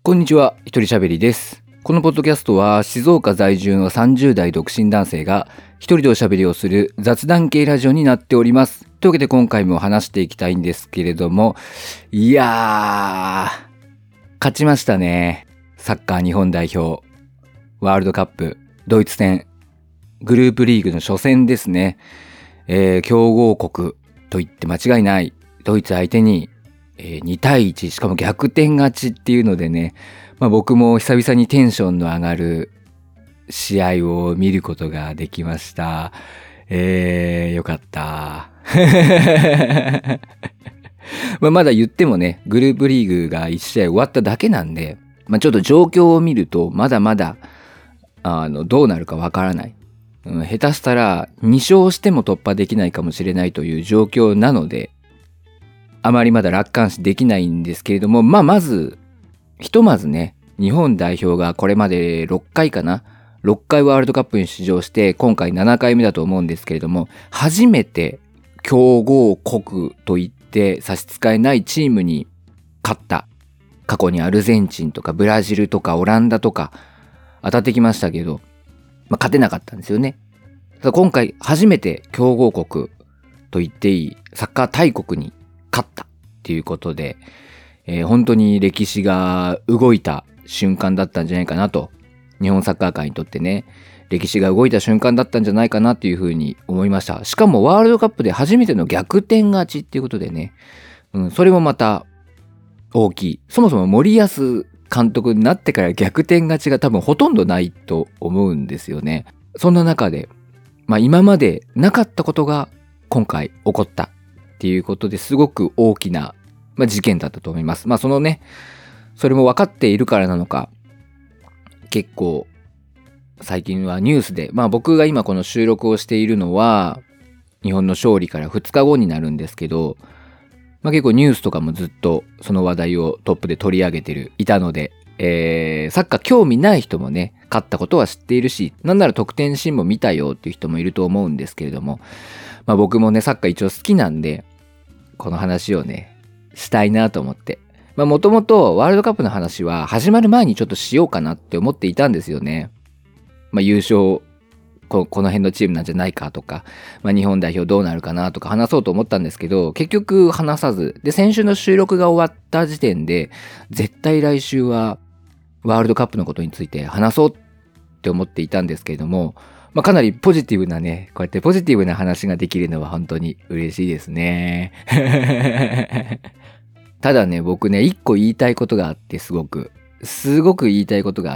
こんにちは、一人喋りです。このポッドキャストは静岡在住の30代独身男性が一人でおしゃべりをする雑談系ラジオになっております。というわけで今回も話していきたいんですけれども、いやー、勝ちましたね。サッカー日本代表、ワールドカップ、ドイツ戦、グループリーグの初戦ですね。強豪国と言って間違いないドイツ相手に2対1、しかも逆転勝ちっていうのでね、僕も久々にテンションの上がる試合を見ることができました。よかった。まだ言ってもね、グループリーグが1試合終わっただけなんで、ちょっと状況を見るとまだまだどうなるかわからない。下手したら2勝しても突破できないかもしれないという状況なので、あまりまだ楽観視できないんですけれども、ひとまずね、日本代表がこれまで6回かな、6回ワールドカップに出場して、今回7回目だと思うんですけれども、初めて強豪国といって差し支えないチームに勝った。過去にアルゼンチンとかブラジルとかオランダとか当たってきましたけど、勝てなかったんですよね。今回初めて強豪国と言っていいサッカー大国に勝ったっていうことで、本当に歴史が動いた瞬間だったんじゃないかなと、日本サッカー界にとってね、歴史が動いた瞬間だったんじゃないかなっていうふうに思いました。しかもワールドカップで初めての逆転勝ちっていうことでね、それもまた大きい。そもそも森保監督になってから逆転勝ちが多分ほとんどないと思うんですよね。そんな中で、今までなかったことが今回起こったっていうことですごく大きな、事件だったと思います。それも分かっているからなのか、結構最近はニュースで、僕が今この収録をしているのは日本の勝利から2日後になるんですけど、結構ニュースとかもずっとその話題をトップで取り上げていたので、サッカー興味ない人もね、勝ったことは知っているし、なんなら得点シーンも見たよっていう人もいると思うんですけれども、僕もね、サッカー一応好きなんで、この話をね、したいなと思って。もともとワールドカップの話は始まる前にちょっとしようかなって思っていたんですよね。優勝、この辺のチームなんじゃないかとか、日本代表どうなるかなとか話そうと思ったんですけど、結局話さず、で、先週の収録が終わった時点で、絶対来週はワールドカップのことについて話そうって思っていたんですけれども、かなりポジティブなね、こうやってポジティブな話ができるのは本当に嬉しいですね。ただね、僕ね、一個言いたいことがあって、すごく言いたいことがあって、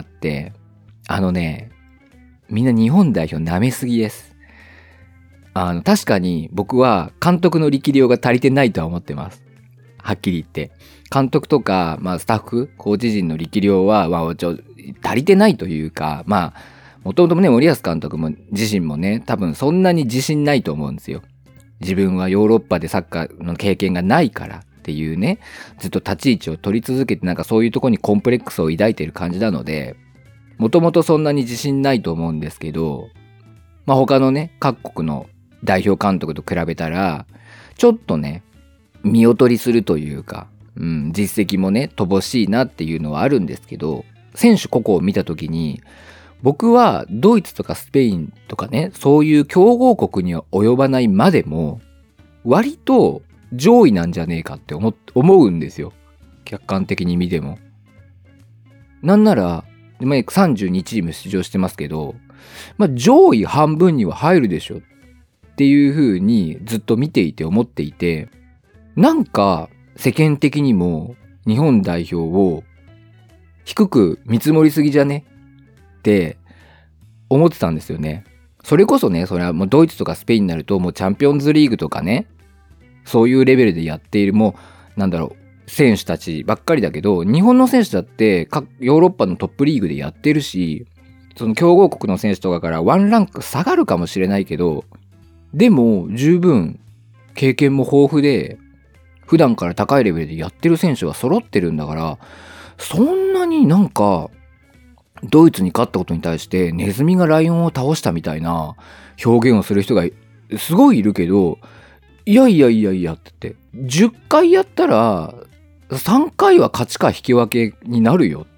みんな日本代表舐めすぎです。確かに僕は監督の力量が足りてないとは思ってます。はっきり言って。監督とか、スタッフ、コーチ陣の力量は、足りてないというか、もともとね、森保監督も自身もね、多分そんなに自信ないと思うんですよ。自分はヨーロッパでサッカーの経験がないからっていうね、ずっと立ち位置を取り続けてそういうところにコンプレックスを抱いている感じなので、もともとそんなに自信ないと思うんですけど、他のね、各国の代表監督と比べたら、ちょっとね、見劣りするというか、実績もね、乏しいなっていうのはあるんですけど、選手個々を見たときに、僕はドイツとかスペインとかね、そういう強豪国には及ばないまでも、割と上位なんじゃねえかって思うんですよ。客観的に見ても。なんなら、32チーム出場してますけど、上位半分には入るでしょっていう風にずっと見ていて思っていて、世間的にも日本代表を低く見積もりすぎじゃねって思ってたんですよね。それこそね、それはもうドイツとかスペインになるともうチャンピオンズリーグとかね、そういうレベルでやっている選手たちばっかりだけど、日本の選手だってヨーロッパのトップリーグでやってるし、その強豪国の選手とかからワンランク下がるかもしれないけど、でも十分経験も豊富で、普段から高いレベルでやってる選手が揃ってるんだから、そんなにドイツに勝ったことに対してネズミがライオンを倒したみたいな表現をする人がすごいいるけど、いやって10回やったら3回は勝ちか引き分けになるよ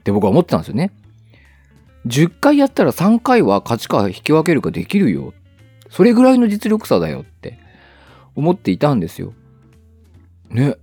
って僕は思ってたんですよね。10回やったら3回は勝ちか引き分けるかできるよ。それぐらいの実力差だよって思っていたんですよ。ね。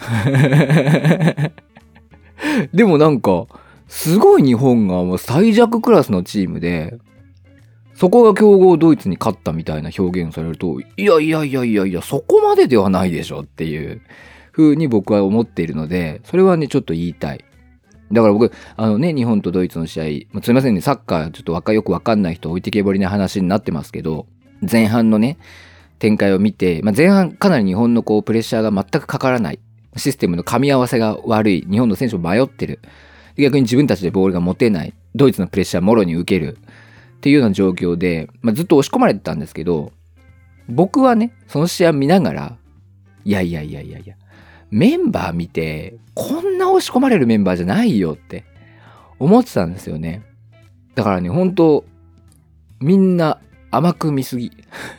でもなんか、すごい日本がもう最弱クラスのチームで、そこが強豪ドイツに勝ったみたいな表現されると、いや、そこまでではないでしょっていう風に僕は思っているので、それはね、ちょっと言いたい。だから僕、日本とドイツの試合、すいませんね、サッカーちょっとよくわかんない人置いてけぼりな話になってますけど、前半のね、展開を見て、前半かなり日本のプレッシャーが全くかからない。システムの噛み合わせが悪い。日本の選手も迷ってる。逆に自分たちでボールが持てない。ドイツのプレッシャーもろに受ける。っていうような状況で、ずっと押し込まれてたんですけど、僕はね、その試合見ながら、いや、メンバー見て、こんな押し込まれるメンバーじゃないよって思ってたんですよね。だからね、本当みんな甘く見すぎ。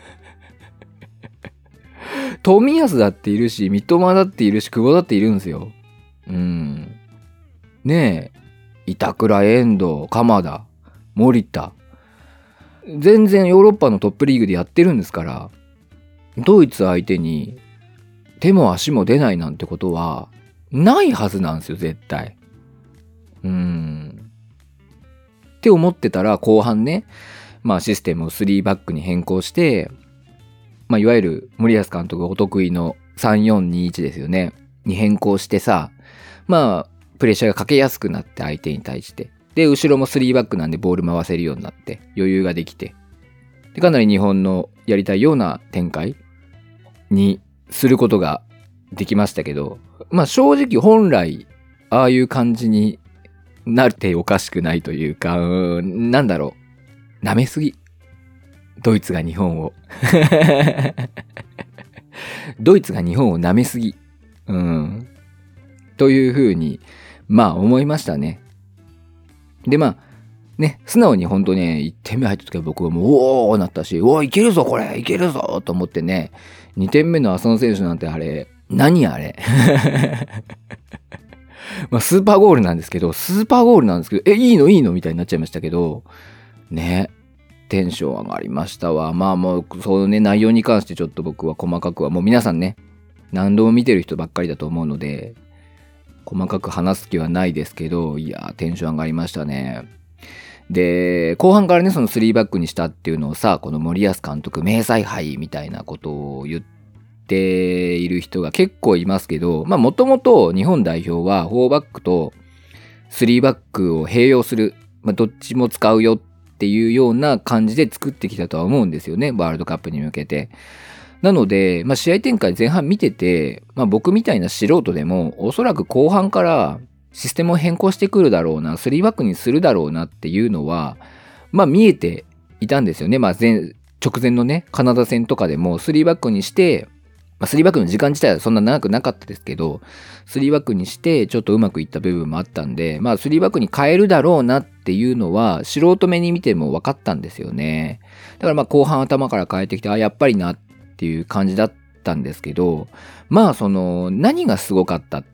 冨安だっているし、三笘だっているし、久保だっているんですよ。ねえ、板倉、遠藤、鎌田、森田。全然ヨーロッパのトップリーグでやってるんですから、ドイツ相手に手も足も出ないなんてことはないはずなんですよ、絶対。って思ってたら後半ね、システムを3バックに変更して、いわゆる森保監督お得意の3-4-2-1ですよね。に変更してさ、プレッシャーがかけやすくなって相手に対して。で、後ろも3バックなんでボール回せるようになって余裕ができて。で、かなり日本のやりたいような展開にすることができましたけど、正直本来ああいう感じになっておかしくないというか、舐めすぎ。ドイツが日本をドイツが日本を舐めすぎ。というふうに思いましたね。で素直に本当ね、1点目入った時は僕はもうおーなったし、いけるぞこれいけるぞと思ってね、2点目の浅野選手なんて何あれスーパーゴールなんですけど、いいのみたいになっちゃいましたけど、ね、テンション上がりましたわ。もう、そのね、内容に関してちょっと僕は細かくは、もう皆さんね、何度も見てる人ばっかりだと思うので、細かく話す気はないですけど、いやー、テンション上がりましたね。で、後半からね、その3バックにしたっていうのをさ、この森保監督、名采配みたいなことを言っている人が結構いますけど、もともと日本代表は4バックと3バックを併用する、どっちも使うよっていうような感じで作ってきたとは思うんですよね、ワールドカップに向けて。なので、試合展開前半見てて、僕みたいな素人でも、おそらく後半からシステムを変更してくるだろうな、3バックにするだろうなっていうのは、見えていたんですよね。直前のね、カナダ戦とかでも3バックにして、3バックの時間自体はそんな長くなかったですけど、3バックにしてちょっとうまくいった部分もあったんで、3バックに変えるだろうなっていうのは素人目に見ても分かったんですよね。だから後半頭から変えてきて、やっぱりなっていう感じだったんですけど、何がすごかったって、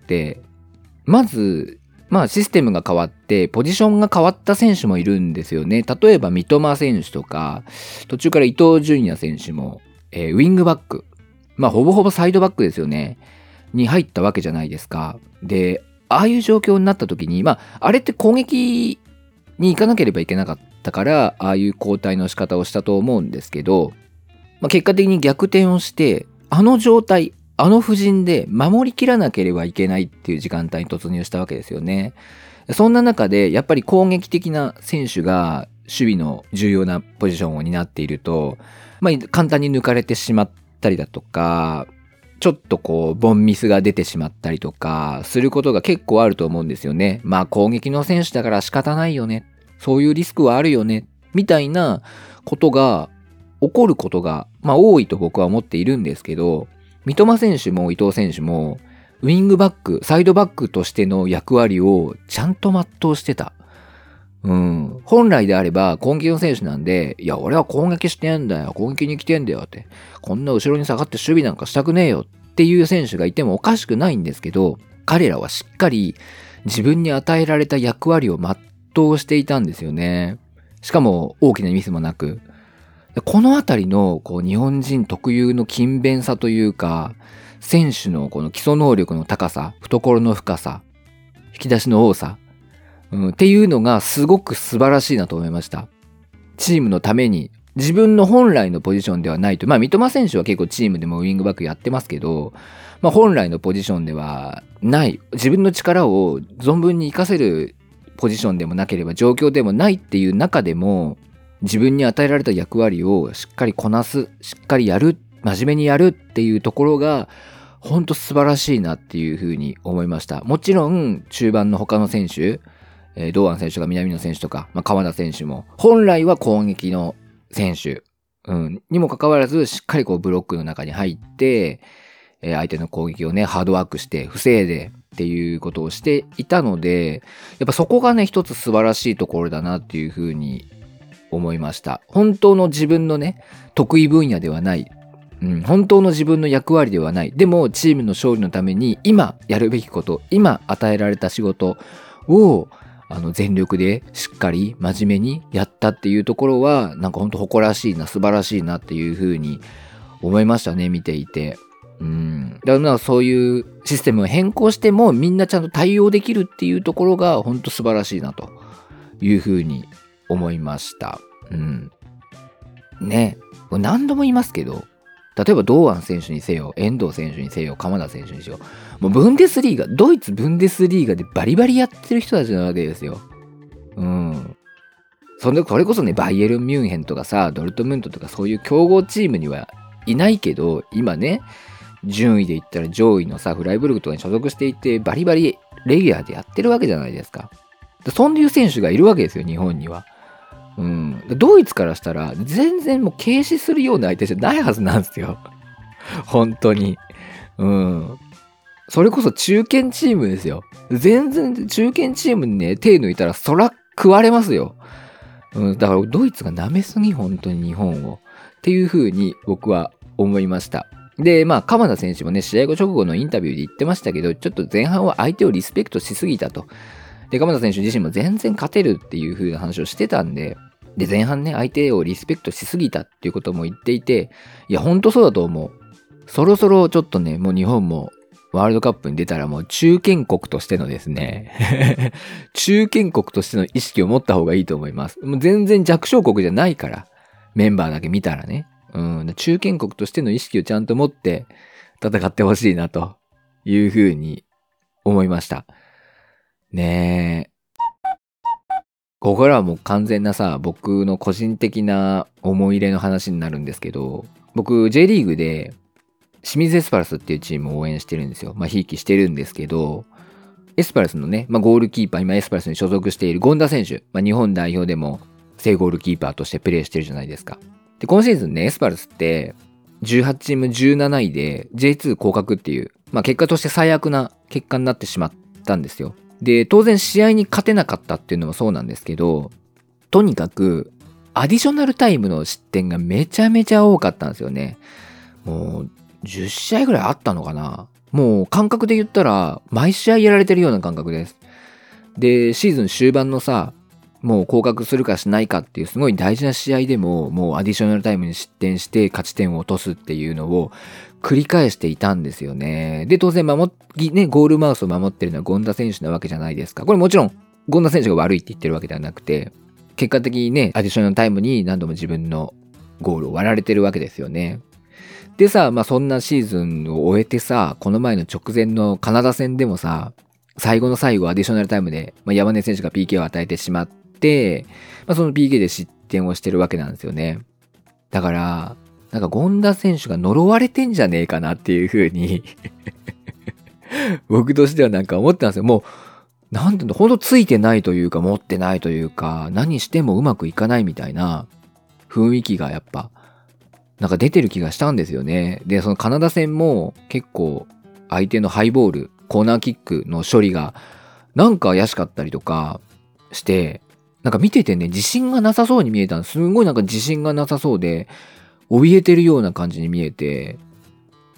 まず、システムが変わって、ポジションが変わった選手もいるんですよね。例えば三笘選手とか、途中から伊東純也選手も、ウィングバック。ほぼほぼサイドバックですよね。に入ったわけじゃないですか。で、ああいう状況になった時に、あれって攻撃に行かなければいけなかったから、ああいう交代の仕方をしたと思うんですけど、結果的に逆転をして、あの状態、あの布陣で守りきらなければいけないっていう時間帯に突入したわけですよね。そんな中で、やっぱり攻撃的な選手が守備の重要なポジションを担っていると、簡単に抜かれてしまったりだとか、ちょっとボンミスが出てしまったりとか、することが結構あると思うんですよね。攻撃の選手だから仕方ないよね。そういうリスクはあるよね。みたいなことが起こることが、多いと僕は思っているんですけど、三笘選手も伊東選手も、ウィングバック、サイドバックとしての役割をちゃんと全うしてた。本来であれば攻撃の選手なんで、いや、俺は攻撃してんだよ、攻撃に来てんだよって、こんな後ろに下がって守備なんかしたくねえよっていう選手がいてもおかしくないんですけど、彼らはしっかり自分に与えられた役割を全うしていたんですよね。しかも大きなミスもなく。このあたりのこう日本人特有の勤勉さというか、選手のこの基礎能力の高さ、懐の深さ、引き出しの多さ、っていうのがすごく素晴らしいなと思いました。チームのために自分の本来のポジションではないと。三笘選手は結構チームでもウィングバックやってますけど、本来のポジションではない。自分の力を存分に活かせるポジションでもなければ状況でもないっていう中でも、自分に与えられた役割をしっかりこなす、しっかりやる、真面目にやるっていうところが本当素晴らしいなっていうふうに思いました。もちろん中盤の他の選手、堂安選手とか南野選手とか、鎌田選手も本来は攻撃の選手、にもかかわらずしっかりこうブロックの中に入って、相手の攻撃をねハードワークして防いでっていうことをしていたので、やっぱそこがね一つ素晴らしいところだなっていうふうに思いました。本当の自分のね得意分野ではない、本当の自分の役割ではない。でもチームの勝利のために今やるべきこと、今与えられた仕事を全力でしっかり真面目にやったっていうところはなんか本当誇らしいな、素晴らしいなっていうふうに思いましたね、見ていて。だからそういうシステムを変更してもみんなちゃんと対応できるっていうところが本当素晴らしいなというふうに思いました。ね、何度も言いますけど、例えば堂安選手にせよ、遠藤選手にせよ、鎌田選手にせよ、もうブンデスリーガ、ドイツブンデスリーガでバリバリやってる人たちなわけですよ。それこそね、バイエルン・ミュンヘンとかさ、ドルトムントとかそういう強豪チームにはいないけど、今ね、順位で言ったら上位のさ、フライブルクとかに所属していて、バリバリレギュラーでやってるわけじゃないですか。そういう選手がいるわけですよ、日本には。ドイツからしたら全然もう軽視するような相手じゃないはずなんですよ。本当に。それこそ中堅チームですよ。全然中堅チームにね、手抜いたらそら食われますよ。だからドイツが舐めすぎ、本当に日本を。っていう風に僕は思いました。で、鎌田選手もね、試合後直後のインタビューで言ってましたけど、ちょっと前半は相手をリスペクトしすぎたと。で、鎌田選手自身も全然勝てるっていう風な話をしてたんで、前半ね、相手をリスペクトしすぎたっていうことも言っていて、いや、ほんとそうだと思う。そろそろちょっとね、もう日本もワールドカップに出たらもう中堅国としてのですね、中堅国としての意識を持った方がいいと思います。もう全然弱小国じゃないから、メンバーだけ見たらね。中堅国としての意識をちゃんと持って戦ってほしいなというふうに思いました。ねえ。ここからはもう完全なさ、僕の個人的な思い入れの話になるんですけど、僕 J リーグで清水エスパルスっていうチームを応援してるんですよ。ひいきしてるんですけど、エスパルスのね、ゴールキーパー、今エスパルスに所属している権田選手、日本代表でも正ゴールキーパーとしてプレーしてるじゃないですか。で、今シーズンね、エスパルスって18チーム17位で J2 降格っていう、結果として最悪な結果になってしまったんですよ。で、当然試合に勝てなかったっていうのもそうなんですけど、とにかくアディショナルタイムの失点がめちゃめちゃ多かったんですよね。もう10試合ぐらいあったのかな。もう感覚で言ったら毎試合やられてるような感覚です。で、シーズン終盤のさ、もう降格するかしないかっていうすごい大事な試合でも、もうアディショナルタイムに失点して勝ち点を落とすっていうのを繰り返していたんですよね。で、当然ゴールマウスを守ってるのは権田選手なわけじゃないですか。これもちろん権田選手が悪いって言ってるわけではなくて、結果的にね、アディショナルタイムに何度も自分のゴールを割られてるわけですよね。でさ、そんなシーズンを終えてさ、この前の直前のカナダ戦でもさ、最後の最後アディショナルタイムで、山根選手が PK を与えてしまって、その PK で失点をしてるわけなんですよね。だから、なんか権田選手が呪われてんじゃねえかなっていう風に僕としてはなんか思ってたんですよ。もう、なんていうの、ほんとついてないというか、持ってないというか、何してもうまくいかないみたいな雰囲気がやっぱ、なんか出てる気がしたんですよね。で、そのカナダ戦も結構相手のハイボール、コーナーキックの処理がなんか怪しかったりとかして、なんか見ててね、自信がなさそうに見えたんです。すごいなんか自信がなさそうで、怯えてるような感じに見えて、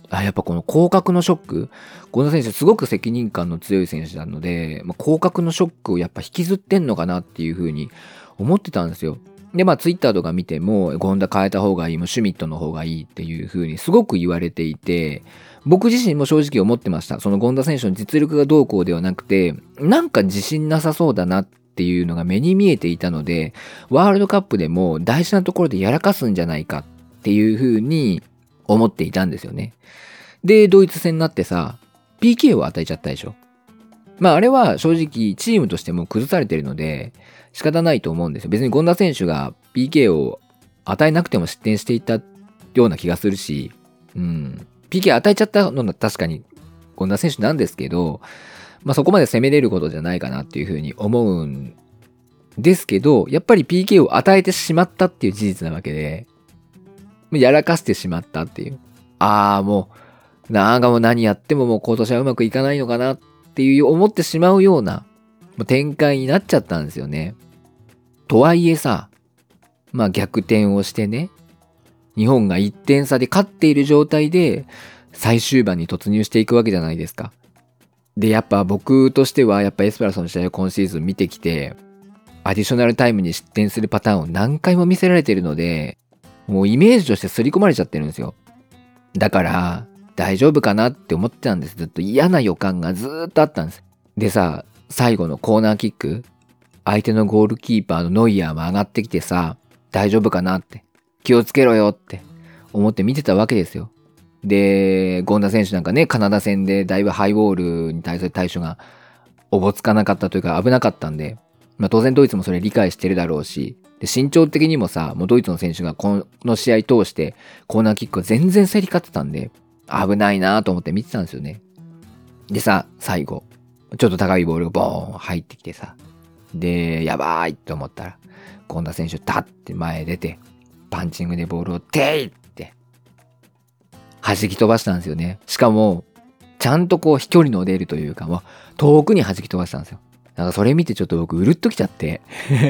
やっぱこの降格のショック、権田選手すごく責任感の強い選手なので、降格のショックをやっぱ引きずってんのかなっていうふうに思ってたんですよ。で、ツイッターとか見ても、権田変えた方がいい、もうシュミットの方がいいっていう風にすごく言われていて、僕自身も正直思ってました。その権田選手の実力がどうこうではなくて、なんか自信なさそうだなっていうのが目に見えていたので、ワールドカップでも大事なところでやらかすんじゃないかっていう風に思っていたんですよね。で、ドイツ戦になってさ、PK を与えちゃったでしょ。あれは正直チームとしても崩されてるので仕方ないと思うんですよ。別に権田選手が PK を与えなくても失点していたような気がするし、PK 与えちゃったのは確かに権田選手なんですけど、そこまで攻めれることじゃないかなっていうふうに思うんですけど、やっぱり PK を与えてしまったっていう事実なわけで、やらかしてしまったっていう。もう何やってももう今年はうまくいかないのかなっていう思ってしまうような展開になっちゃったんですよね。とはいえさ、逆転をしてね、日本が1点差で勝っている状態で最終盤に突入していくわけじゃないですか。で、やっぱ僕としてはやっぱエスパルスの試合を今シーズン見てきて、アディショナルタイムに失点するパターンを何回も見せられているので、もうイメージとして刷り込まれちゃってるんですよ。だから大丈夫かなって思ってたんです。ずっと嫌な予感がずーっとあったんです。でさ、最後のコーナーキック、相手のゴールキーパーのノイヤーも上がってきてさ、大丈夫かなって、気をつけろよって思って見てたわけですよ。で、権田選手なんかね、カナダ戦でだいぶハイボールに対する対処がおぼつかなかったというか危なかったんで、当然ドイツもそれ理解してるだろうし、で身長的にもさ、もうドイツの選手がこの試合通してコーナーキックを全然競り勝ってたんで、危ないなと思って見てたんですよね。でさ、最後、ちょっと高いボールがボーン入ってきてさ、で、やばいと思ったら、権田選手ダッて前へ出て、パンチングでボールをテイって弾き飛ばしたんですよね。しかも、ちゃんと飛距離の出るというか、遠くに弾き飛ばしたんですよ。なんかそれ見てちょっと僕うるっときちゃって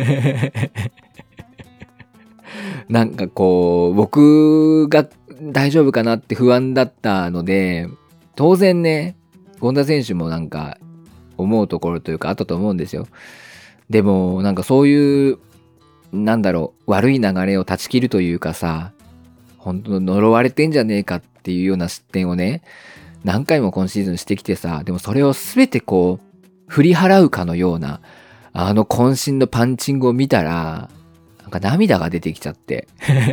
なんか僕が大丈夫かなって不安だったので、当然ね、権田選手もなんか思うところというかあったと思うんですよ。でもなんかそういう悪い流れを断ち切るというかさ、本当呪われてんじゃねえかっていうような失点をね、何回も今シーズンしてきてさ、でもそれを全て振り払うかのような渾身のパンチングを見たら、なんか涙が出てきちゃって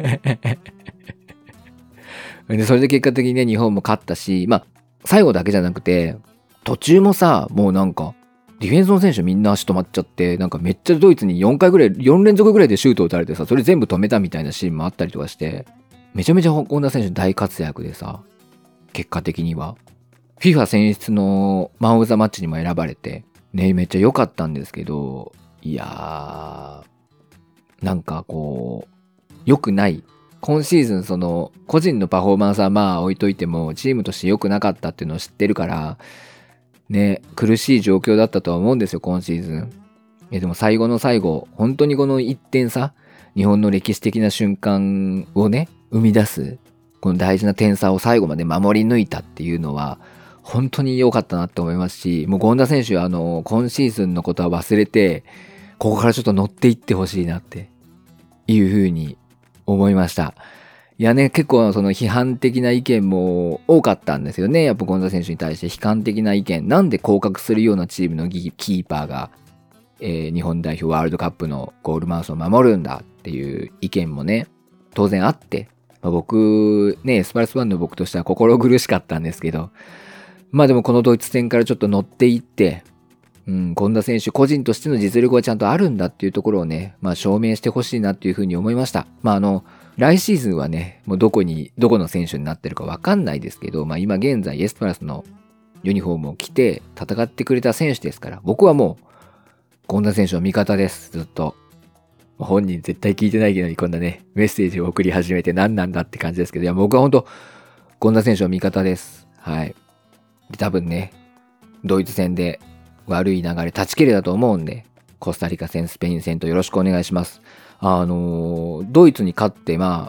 で、それで結果的にね、日本も勝ったし、最後だけじゃなくて、途中もさ、もうなんか、ディフェンスの選手みんな足止まっちゃって、なんかめっちゃドイツに4連続ぐらいでシュート打たれてさ、それ全部止めたみたいなシーンもあったりとかして、めちゃめちゃ権田選手大活躍でさ、結果的には。FIFA 選出のマン・オブ・ザ・マッチにも選ばれて、ね、めっちゃ良かったんですけど、いやー、なんか良くない。今シーズン個人のパフォーマンスは置いといても、チームとして良くなかったっていうのを知ってるから、ね、苦しい状況だったとは思うんですよ、今シーズン。でも最後の最後、本当にこの1点差、日本の歴史的な瞬間をね、生み出す、この大事な点差を最後まで守り抜いたっていうのは、本当に良かったなって思いますし、もう権田選手は今シーズンのことは忘れて、ここからちょっと乗っていってほしいなっていうふうに思いました。いやね、結構批判的な意見も多かったんですよね。やっぱ権田選手に対して悲観的な意見。なんで降格するようなチームのキーパーが、日本代表ワールドカップのゴールマウスを守るんだっていう意見もね、当然あって、僕ね、エスパルスファンの僕としては心苦しかったんですけど、でもこのドイツ戦からちょっと乗っていって、権田選手個人としての実力はちゃんとあるんだっていうところをね、証明してほしいなっていうふうに思いました。来シーズンはね、もうどこの選手になってるかわかんないですけど、今現在エスパルスのユニフォームを着て戦ってくれた選手ですから、僕はもう権田選手の味方です、ずっと。本人絶対聞いてないけど、こんなね、メッセージを送り始めて何なんだって感じですけど、いや、僕は本当権田選手の味方です。はい。で、多分ね、ドイツ戦で悪い流れ断ち切れたと思うんで、コスタリカ戦、スペイン戦とよろしくお願いします。ドイツに勝って、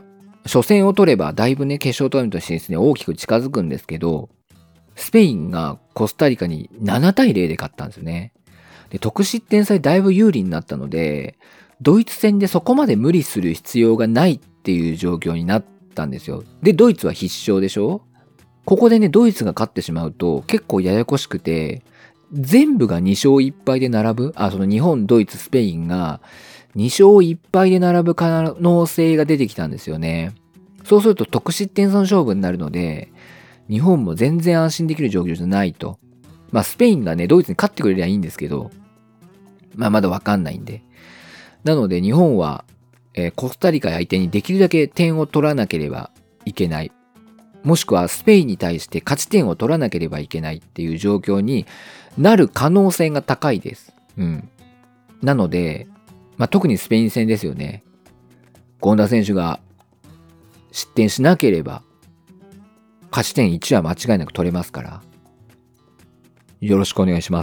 初戦を取ればだいぶね、決勝トーナメント進出に大きく近づくんですけど、スペインがコスタリカに7対0で勝ったんですよね。で、得失点差でだいぶ有利になったので、ドイツ戦でそこまで無理する必要がないっていう状況になったんですよ。で、ドイツは必勝でしょ？ここでね、ドイツが勝ってしまうと結構ややこしくて、全部が2勝1敗で並ぶ、その日本、ドイツ、スペインが2勝1敗で並ぶ可能性が出てきたんですよね。そうすると得失点差の勝負になるので、日本も全然安心できる状況じゃないと。スペインがね、ドイツに勝ってくれりゃいいんですけど、まだわかんないんで。なので日本は、コスタリカ相手にできるだけ点を取らなければいけない。もしくはスペインに対して勝ち点を取らなければいけないっていう状況になる可能性が高いです。なので、特にスペイン戦ですよね。権田選手が失点しなければ勝ち点1は間違いなく取れますから。よろしくお願いします。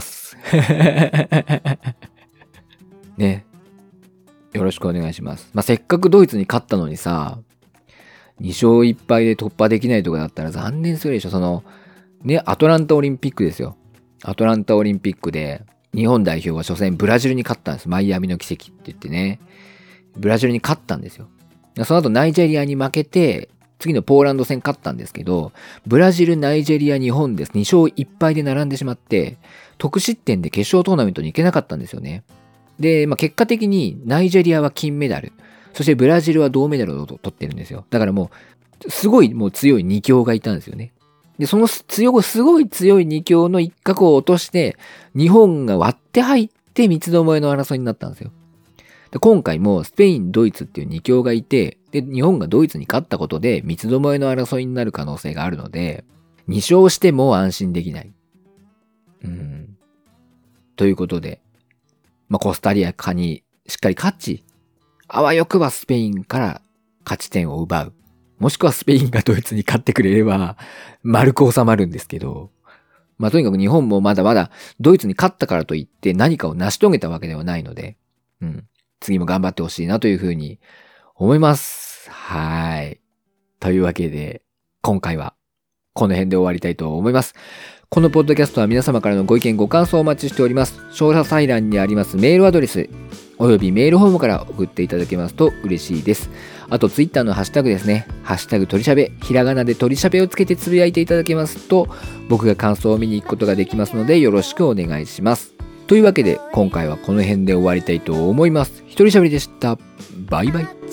ね。よろしくお願いします。せっかくドイツに勝ったのにさ、2勝1敗で突破できないとかだったら残念すぎるでしょ。アトランタオリンピックですよ。アトランタオリンピックで日本代表は初戦ブラジルに勝ったんです。マイアミの奇跡って言ってね。ブラジルに勝ったんですよ。その後ナイジェリアに負けて、次のポーランド戦勝ったんですけど、ブラジル、ナイジェリア、日本です。2勝1敗で並んでしまって、得失点で決勝トーナメントに行けなかったんですよね。で、結果的にナイジェリアは金メダル。そしてブラジルは銅メダルを取ってるんですよ。だからもう、すごいもう強い2強がいたんですよね。で、そのすごい強い2強の一角を落として、日本が割って入って三つどもえの争いになったんですよ。で、今回もスペイン、ドイツっていう2強がいて、で、日本がドイツに勝ったことで三つどもえの争いになる可能性があるので、2勝しても安心できない。ということで、コスタリカにしっかり勝ち、あわよくばスペインから勝ち点を奪う。もしくはスペインがドイツに勝ってくれれば丸く収まるんですけど、とにかく日本もまだまだドイツに勝ったからといって何かを成し遂げたわけではないので、次も頑張ってほしいなというふうに思います。はい。というわけで、今回はこの辺で終わりたいと思います。このポッドキャストは皆様からのご意見ご感想をお待ちしております。詳細欄にありますメールアドレスおよびメールフォームから送っていただけますと嬉しいです。あとツイッターのハッシュタグですね。ハッシュタグ鳥しゃべ、ひらがなで鳥しゃべをつけてつぶやいていただけますと、僕が感想を見に行くことができますのでよろしくお願いします。というわけで今回はこの辺で終わりたいと思います。一人しゃべりでした。バイバイ。